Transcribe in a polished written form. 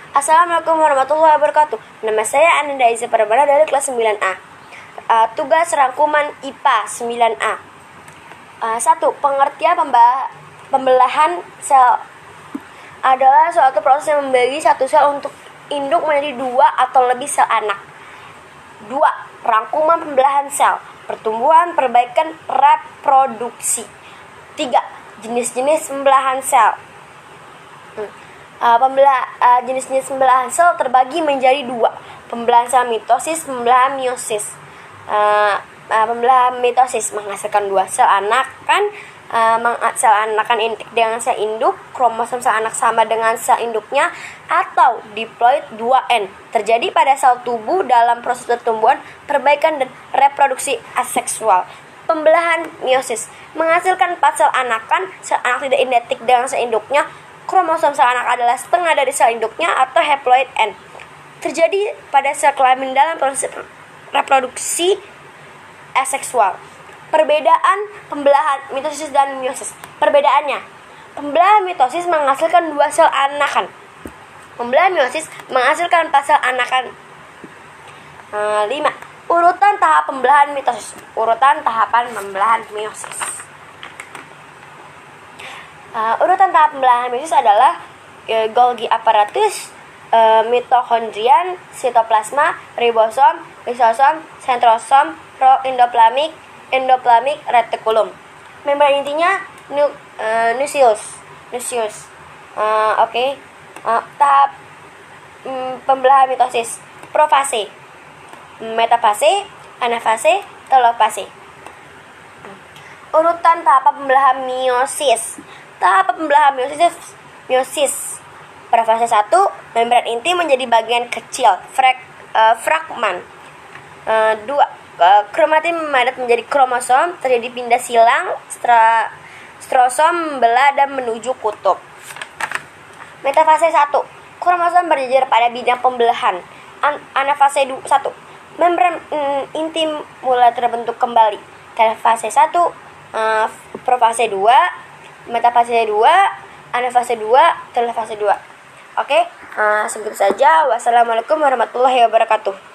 Assalamualaikum warahmatullahi wabarakatuh. Nama saya Ananda Iza Parabana dari kelas 9A. Tugas rangkuman IPA 9A. 1. Pengertian pembelahan sel adalah suatu proses yang membagi satu sel untuk induk menjadi 2 atau lebih sel anak. 2. Rangkuman pembelahan sel, pertumbuhan, perbaikan, reproduksi. 3. Jenis-jenis pembelahan sel. Jenis-jenis pembelahan sel terbagi menjadi 2. Pembelahan sel mitosis, pembelahan meiosis. Pembelahan mitosis menghasilkan 2 sel anakan, sel anakan intik dengan sel induk, kromosom sel anak sama dengan sel induknya, atau diploid 2N terjadi pada sel tubuh dalam proses pertumbuhan, perbaikan, dan reproduksi aseksual. Pembelahan meiosis menghasilkan 4 sel anakan, sel anak tidak identik dengan sel induknya, kromosom sel anak adalah setengah dari sel induknya atau haploid N. Terjadi pada sel kelamin dalam proses reproduksi aseksual. Perbedaan pembelahan mitosis dan meiosis. Perbedaannya, pembelahan mitosis menghasilkan 2 sel anakan. Pembelahan meiosis menghasilkan 4 sel anakan. 5. Urutan tahap pembelahan mitosis. Urutan tahapan pembelahan meiosis. Urutan tahap pembelahan meiosis adalah Golgi apparatus, mitokondrian, sitoplasma, ribosom, lisosom, sentrosom, endoplasmic reticulum. Membran intinya nucleus. Tahap pembelahan mitosis: profase, metafase, anafase, telofase. Urutan tahap pembelahan meiosis. Tahap pembelahan meiosis. Pada fase 1, membran inti menjadi bagian kecil, fragmen. 2. Kromatin memadat menjadi kromosom, terjadi pindah silang, strosom membelah dan menuju kutub. Metafase 1. Kromosom berjejer pada bidang pembelahan. Anafase 1. Membran inti mulai terbentuk kembali. Telofase 1, profase 2, metafase 2, anafase 2, telofase 2. Oke, segitu saja. Wassalamualaikum warahmatullahi wabarakatuh.